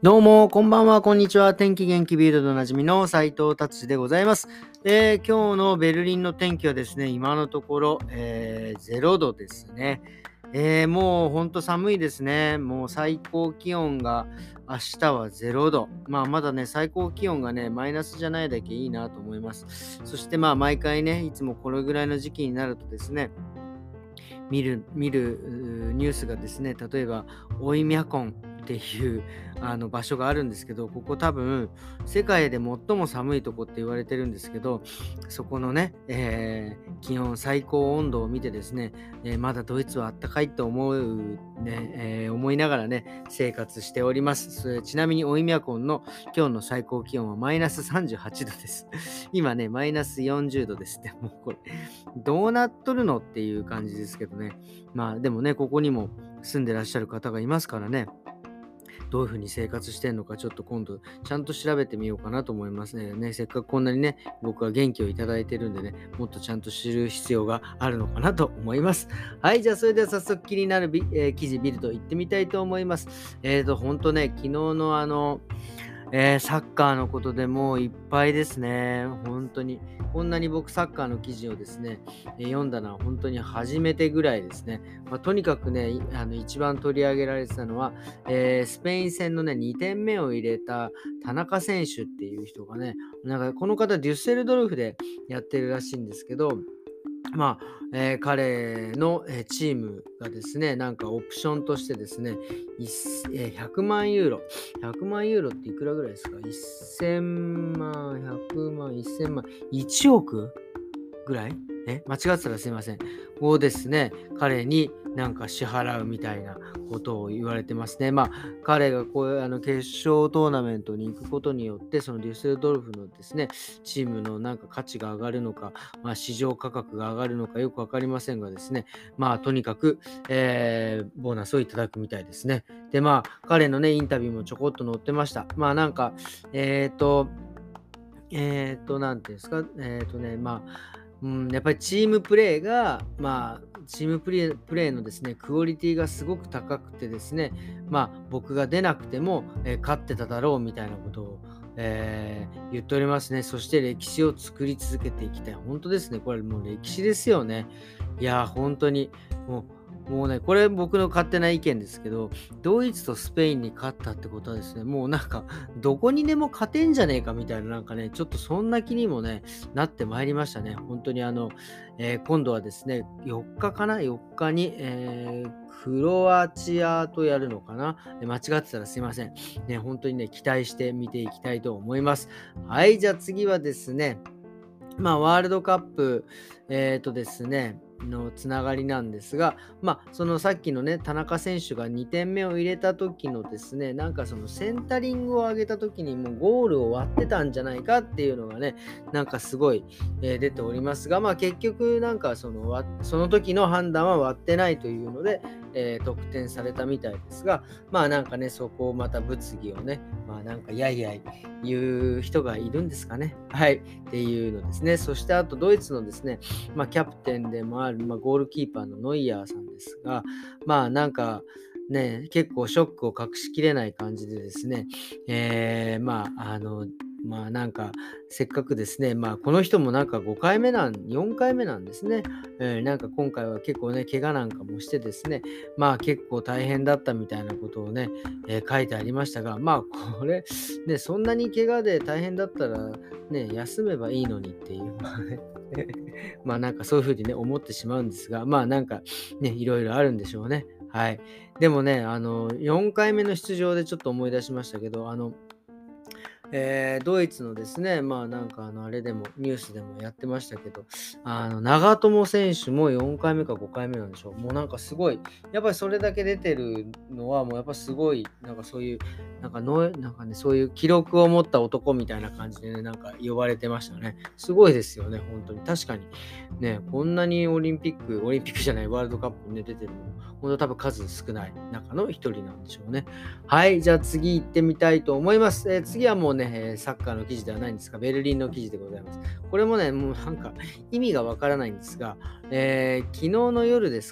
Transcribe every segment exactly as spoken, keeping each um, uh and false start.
どうも、こんばんは、こんにちは。天気元気ビルドでおなじみの斉藤達治でございます。えー今日のベルリンの天気はですね、今のところ、えーゼロどですね。えーもうほんと寒いですね。もう最高気温が明日はゼロど。まあまだね、最高気温がね、マイナスじゃないだけいいなと思います。そしてまあ毎回ね、いつもこれぐらいの時期になるとですね、見る見るうーニュースがですね、例えばオイミャコンっていうあの場所があるんですけど、ここ多分世界で最も寒いとこって言われてるんですけど、そこのね、えー気温最高温度を見てですね、えーまだドイツはあったかいと思うね、えー思いながらね生活しております。それちなみにオイミャコンの今日の最高気温はマイナスさんじゅうはちどです。今ねマイナスよんじゅうどですって。もうこれどうなっとるのっていう感じですけどね。まあでもね、ここにも住んでらっしゃる方がいますからね。どういうふうに生活してんのか、ちょっと今度ちゃんと調べてみようかなと思いますね。ね、せっかくこんなにね、僕は元気をいただいてるんでね、もっとちゃんと知る必要があるのかなと思います。はい、じゃあそれでは早速気になるビ、えー記事ビルド行ってみたいと思います。えーと、ほんとね、昨日のあの、えーサッカーのことでもういっぱいですね。本当に。こんなに僕サッカーの記事をですね、えー読んだのは本当に初めてぐらいですね。まあ、とにかくね、いあの一番取り上げられてたのは、えースペイン戦のね、にてんめを入れた田中選手っていう人がね、なんかこの方デュッセルドルフでやってるらしいんですけど、まあ、えー彼の、えーチームがですね、なんかオプションとしてですね、いっえーひゃくまんユーロ。ひゃくまんユーロっていくらぐらいですか？ せん 万、ひゃくまん、せんまん、いちおくぐらいえ間違ってたらすいません。をですね、彼になんか支払うみたいなことを言われてますね。まあ、彼がこういうあの決勝トーナメントに行くことによって、そのデュッセルドルフのですね、チームのなんか価値が上がるのか、まあ、市場価格が上がるのかよくわかりませんがですね、まあ、とにかく、えーボーナスをいただくみたいですね。で、まあ、彼のね、インタビューもちょこっと載ってました。まあ、なんか、えっ、と、えっ、と、なんていうんですか、えっ、とね、まあ、うん、やっぱりチームプレーが、まあ、チームプレープレーのですね、クオリティがすごく高くてですね、まあ、僕が出なくても、えー勝ってただろうみたいなことを、えー言っておりますね。そして歴史を作り続けていきたい。本当ですね。これもう歴史ですよね。いやー、本当に、もう、もうね、これ僕の勝手な意見ですけど、ドイツとスペインに勝ったってことはですね、もうなんか、どこにでも勝てんじゃねえかみたいな、なんかね、ちょっとそんな気にもね、なってまいりましたね。本当にあの、えー今度はですね、よっかかな？ よっ 日に、えークロアチアとやるのかな？え間違ってたらすいません。ね、本当にね、期待して見ていきたいと思います。はい、じゃあ次はですね、まあ、ワールドカップ、えっとですね、のつながりなんですが、まあ、そのさっきのね、田中選手がにてんめを入れた時のですね、なんかそのセンタリングを上げた時にもうゴールを割ってたんじゃないかっていうのがね、なんかすごい、えー出ておりますが、まあ結局なんかその割その時の判断は割ってないというので、えー得点されたみたいですが、まあなんかね、そこをまた物議をね、まあなんかやいやい言う人がいるんですかね。はい。っていうのですね。そしてあとドイツのですね、まあ、キャプテンでもある、まあ、ゴールキーパーのノイヤーさんですが、まあなんかね、結構ショックを隠しきれない感じでですね、えー、まああの、まあなんかせっかくですね、まあこの人もなんかごかいめなん、よんかいめなんですね。えーなんか今回は結構ね、怪我なんかもしてですね、まあ結構大変だったみたいなことをね、えー書いてありましたが、まあこれ、ね、そんなに怪我で大変だったらね、休めばいいのにっていう、まあね、まあなんかそういうふうにね、思ってしまうんですが、まあなんかね、いろいろあるんでしょうね。はい。でもね、あの、よんかいめの出場でちょっと思い出しましたけど、あの、えードイツのですね、まあなんかあの、あれでも、ニュースでもやってましたけど、あの、長友選手もよんかいめかごかいめなんでしょう。もうなんかすごい、やっぱりそれだけ出てるのは、もうやっぱすごい、なんかそういう、なんかの、なんかね、そういう記録を持った男みたいな感じでね、なんか呼ばれてましたね。すごいですよね、本当に。確かに。ね、こんなにオリンピック、オリンピックじゃない、ワールドカップに、ね、出てるのも、本当多分数少ない中の一人なんでしょうね。はい、じゃあ次行ってみたいと思います。えー次はもうね、えーサッカーの記事ではないんですが、ベルリンの記事でございます。これもね、もうなんか意味がわからないんですが、えー昨日の夜ですか、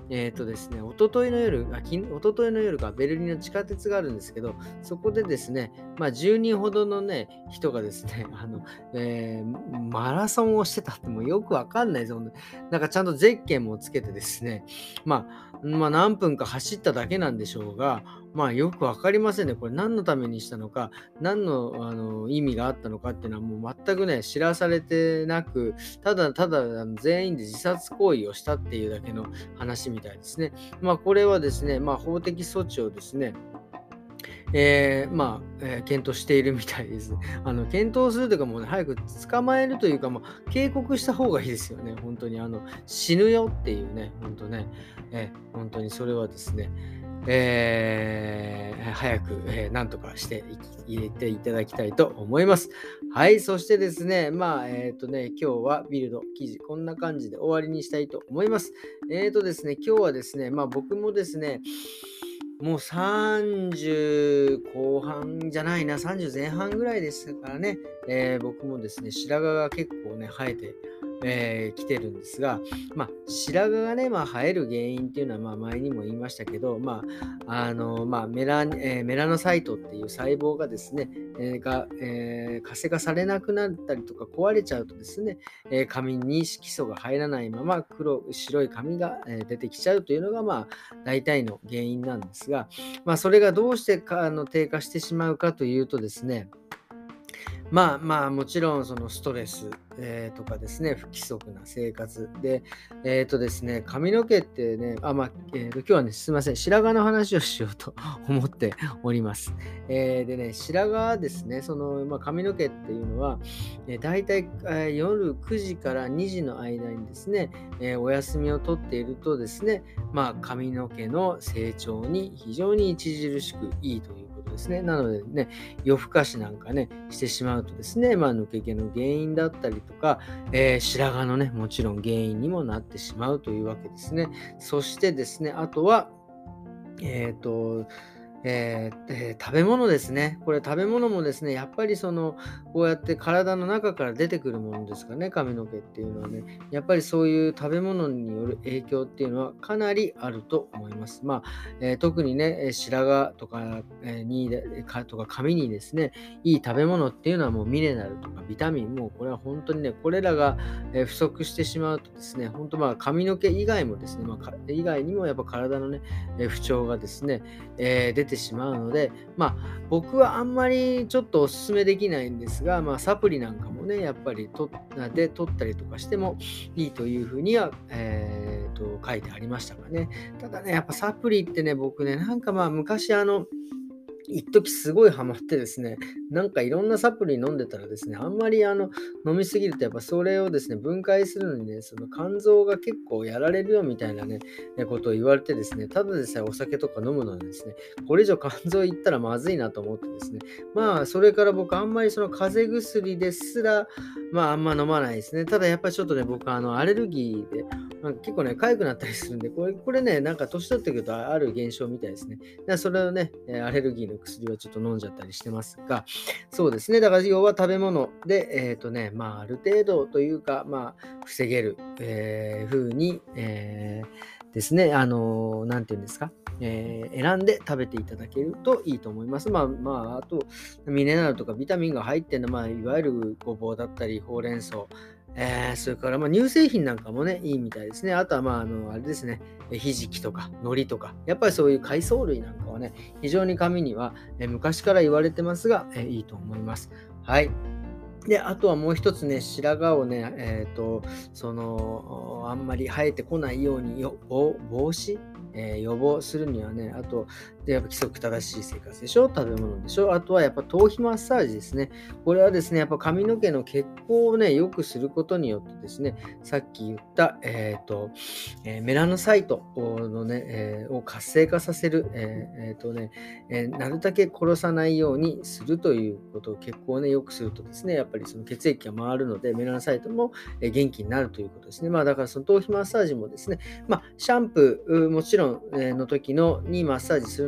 えっとですね、一昨日の夜、あ、き一昨日の夜か、ベルリンの地下鉄があるんですけど、そこでですね、まあ、じゅうにんほどのね、人がですね、あの、えーマラソンをしてたってもうよくわかんないですよ。ほんとなんかちゃんとゼッケンもつけてですね、まあ、まあ、何分か走っただけなんでしょうが、まあ、よくわかりませんね。これ何のためにしたのか、何の、あの、意味があったのかっていうのはもう全くね、知らされてなく、ただただ、あの、全員で自殺行為をしたっていうだけの話みたいですね。まあ、これはですね、まあ、法的措置をですね、えーまあ、えー検討しているみたいです。あの、検討するというかもうね、早く捕まえるというか、まあ、警告した方がいいですよね。本当に、あの、死ぬよっていうね、本当ね、えー本当にそれはですね、えー早く、えーなんとかしていき入れていただきたいと思います。はい、そしてですね、まあ、えっ、とね、今日はビルド記事、こんな感じで終わりにしたいと思います。えっ、とですね、今日はですね、まあ僕もですね、もうさんじゅう後半じゃないな、さんじゅう前半ぐらいですからね、えー僕もですね、白髪が結構ね、生えて、えー来てるんですが、まあ、白髪がね、まあ、生える原因っていうのは、まあ、前にも言いましたけど、まあ、あの、まあ、メラン、えーメラノサイトっていう細胞がですね、えーが、えー活性化されなくなったりとか壊れちゃうとですね、えー髪に色素が入らないまま黒、白い髪が、えー出てきちゃうというのが、まあ、大体の原因なんですが、まあ、それがどうしてかあの低下してしまうかというとですね、まあまあ、もちろんそのストレス、えーとかですね、不規則な生活で、えっとですね、髪の毛ってね、あ、まあ、えーと、今日はね、すいません、白髪の話をしようと思っております。えーでね、白髪ですね、その、まあ、髪の毛っていうのは、えー、大体、えー夜くじからにじの間にですね、えーお休みをとっているとですね、まあ、髪の毛の成長に非常に著しくいいということですね。なのでね、夜更かしなんかね、してしまうとですね、まあ、抜け毛の原因だったりとか、えー白髪のね、もちろん原因にもなってしまうというわけですね。そしてですね、あとは、えっと、えーえー食べ物ですね。これ食べ物もですね、やっぱりその、こうやって体の中から出てくるものですかね、髪の毛っていうのはね、やっぱりそういう食べ物による影響っていうのはかなりあると思います。まあ、えー特にね、えー白髪とか、えーにでかとか髪にですね、いい食べ物っていうのはもうミネラルとかビタミンも、これは本当にね、これらが、えー不足してしまうとですね、本当まあ髪の毛以外もですね、まあ、か以外にもやっぱ体のね、えー不調がですね、えー出てしまうので、まあ、僕はあんまりちょっとお勧めできないんですが、まあ、サプリなんかもね、やっぱりとで取ったりとかしてもいいというふうには、えーと書いてありましたがね。ただね、やっぱサプリってね、僕ね、なんかまあ昔あの、一時すごいハマってですね、なんかいろんなサプリ飲んでたらですね、あんまりあの飲みすぎるとやっぱそれをですね、分解するのにね、その肝臓が結構やられるよみたいなね、えことを言われてですね、ただでさえお酒とか飲むのにですね、これ以上肝臓いったらまずいなと思ってですね、まあそれから僕あんまりその風邪薬ですら、まああんま飲まないですね。ただやっぱりちょっとね、僕あのアレルギーで、なんか結構ね、痒くなったりするんで、これこれね、なんか年取ってくるとある現象みたいですね。だからそれをね、えーアレルギーの薬をちょっと飲んじゃったりしてますが、そうですね。だから要は食べ物で、えっとね、まあある程度というか、まあ防げる、えー、風に、えーですね、あのーなんていうんですか、えー選んで食べていただけるといいと思います。まあまあ、あと、ミネラルとかビタミンが入ってるのは、まあ、いわゆるごぼうだったり、ほうれん草、えーそれからまあ乳製品なんかもね、いいみたいですね。あとはまあ、あの、あれですね、えひじきとか海苔とか、やっぱりそういう海藻類なんかはね、非常に髪には、え昔から言われてますが、えいいと思います。はい。で、あとはもう一つね、白髪をね、えっと、その、あんまり生えてこないようによ防防止、えー予防するにはね、あと、で、やっぱ規則正しい生活でしょ、食べ物でしょ、あとはやっぱ頭皮マッサージですね。これはですね、やっぱ髪の毛の血行をね、良くすることによってですね、さっき言った、えっと、えーメラノサイトのね、えーを活性化させる、えーえーとね、えーなるだけ殺さないようにするということを血行をね、良くするとですね、やっぱりその血液が回るので、メラノサイトもえー元気になるということですね。まあだからその頭皮マッサージもですね、まあシャンプー、うもちろん、えーの時のにマッサージするの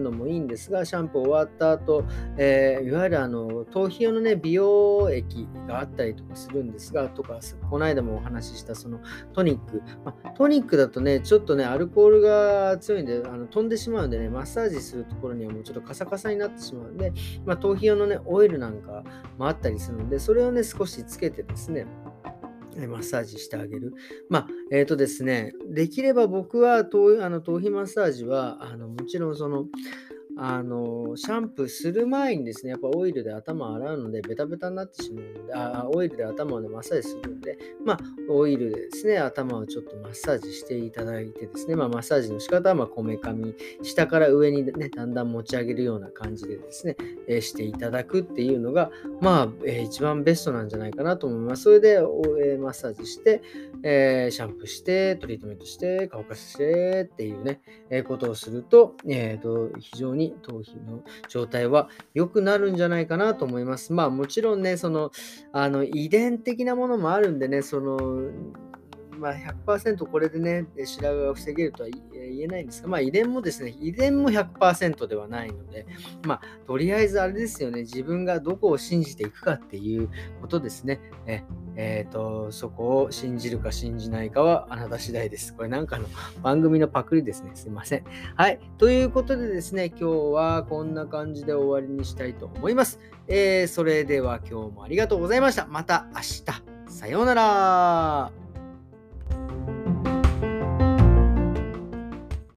のもいいんですが、シャンプー終わった後、えーいわゆるあの頭皮用のね、美容液があったりとかするんですが、とか、この間もお話ししたそのトニック。まあ、トニックだとね、ちょっとね、アルコールが強いんで、あの飛んでしまうんでね、マッサージするところにはもうちょっとカサカサになってしまうんで、まあ、頭皮用のね、オイルなんかもあったりするので、それをね、少しつけてですね、えマッサージしてあげる。まあ、えっとですね、できれば僕は頭あの頭皮マッサージは、あの、もちろんその、あの、シャンプーする前にですね、やっぱオイルで頭洗うので、ベタベタになってしまうので、あオイルで頭をね、マッサージするので、まあ、オイルでですね、頭をちょっとマッサージしていただいてですね、まあ、マッサージの仕方は、まあ、こめかみ、下から上にね、だんだん持ち上げるような感じでですね、えーしていただくっていうのが、まあ、えー一番ベストなんじゃないかなと思います。それで、おえーマッサージして、えーシャンプーして、トリートメントして、乾かしてっていうね、えーことをすると、えーと、非常に頭皮の状態は良くなるんじゃないかなと思います。まあもちろんね、その、あの遺伝的なものもあるんでね、その、まあ、ひゃくパーセントこれでね、白髪が防げるとは言え言えないんですが、まあ遺伝もですね、遺伝もひゃくパーセントではないので、まあとりあえずあれですよね、自分がどこを信じていくかっていうことですね。ええーと、そこを信じるか信じないかはあなた次第です。これなんかの番組のパクリですね。すいません。はい。ということでですね、今日はこんな感じで終わりにしたいと思います。えーそれでは今日もありがとうございました。また明日。さようなら。